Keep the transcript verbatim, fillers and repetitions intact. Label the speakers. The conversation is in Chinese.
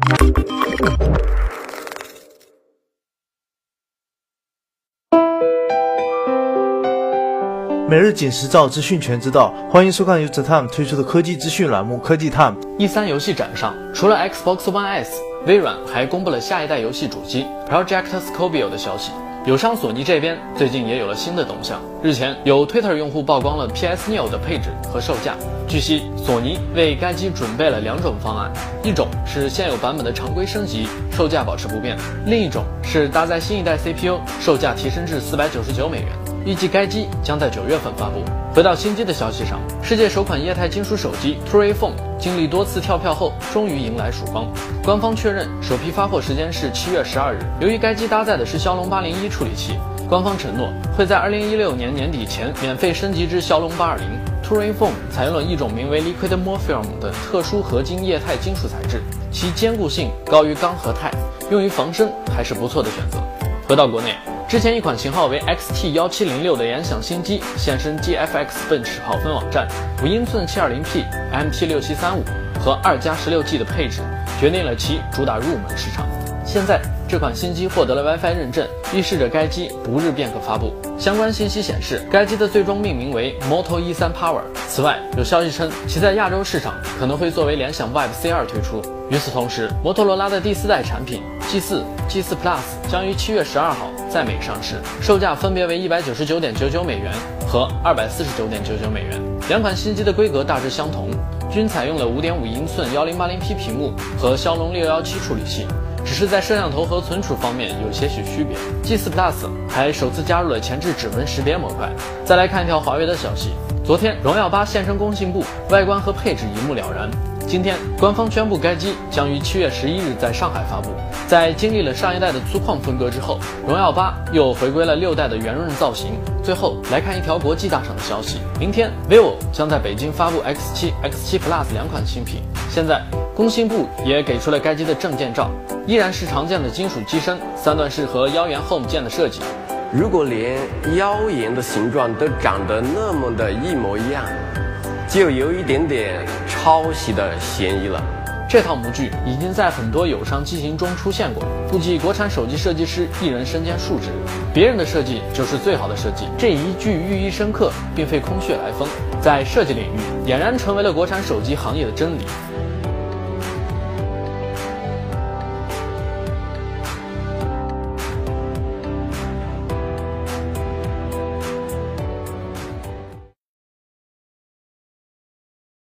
Speaker 1: 每日紧实照资讯全知道，欢迎收看由 The Time 推出的科技资讯栏目《科技 Time》。
Speaker 2: E 三 游戏展上，除了 Xbox One S， 微软还公布了下一代游戏主机 Project Scorpio 的消息。友商索尼这边最近也有了新的动向。日前，有 Twitter 用户曝光了 P S Neo 的配置和售价。据悉，索尼为该机准备了两种方案，一种是现有版本的常规升级，售价保持不变；另一种是搭载新一代 C P U， 售价提升至四百九十九美元。预计该机将在九月份发布。回到新机的消息上，世界首款液态金属手机 True Phone 经历多次跳票后，终于迎来曙光。官方确认首批发货时间是七月十二日。由于该机搭载的是骁龙八零一处理器，官方承诺会在二零一六年年底前免费升级至骁龙八二零。True Phone 采用了一种名为 Liquid Morphium 的特殊合金液态金属材质，其坚固性高于钢和钛，用于防身还是不错的选择。回到国内，之前一款型号为 X T 一七零六的联想新机现身 G F X 奔驰好分网站，五英寸 七二零P M T 六七三五 和二加十六 G 的配置，决定了其主打入门市场。现在这款新机获得了 WiFi 认证，预示着该机不日便可发布。相关信息显示，该机的最终命名为 Moto E 三 Power。此外，有消息称其在亚洲市场可能会作为联想 Vibe C 二推出。与此同时，摩托罗拉的第四代产品 G 四、G 四 Plus 将于七月十二号在美上市，售价分别为一百九十九点九九美元和二百四十九点九九美元。两款新机的规格大致相同，均采用了 五点五英寸 一零八零P 屏幕和骁龙六一七处理器，只是在摄像头和存储方面有些许区别。G 四 Plus 还首次加入了前置指纹识别模块。再来看一条华为的消息，昨天荣耀八现身工信部，外观和配置一目了然。今天官方宣布该机将于七月十一日在上海发布。在经历了上一代的粗犷风格之后，荣耀八又回归了六代的圆润造型。最后来看一条国际大厂的消息，明天 vivo 将在北京发布 X 七、X 七 Plus 两款新品。现在工信部也给出了该机的证件照，依然是常见的金属机身，三段式和腰圆 Home 键的设计。
Speaker 3: 如果连腰圆的形状都长得那么的一模一样，就有一点点抄袭的嫌疑了。
Speaker 2: 这套模具已经在很多友商机型中出现过，估计国产手机设计师一人身兼数职，别人的设计就是最好的设计。这一句寓意深刻，并非空穴来风，在设计领域俨然成为了国产手机行业的真理。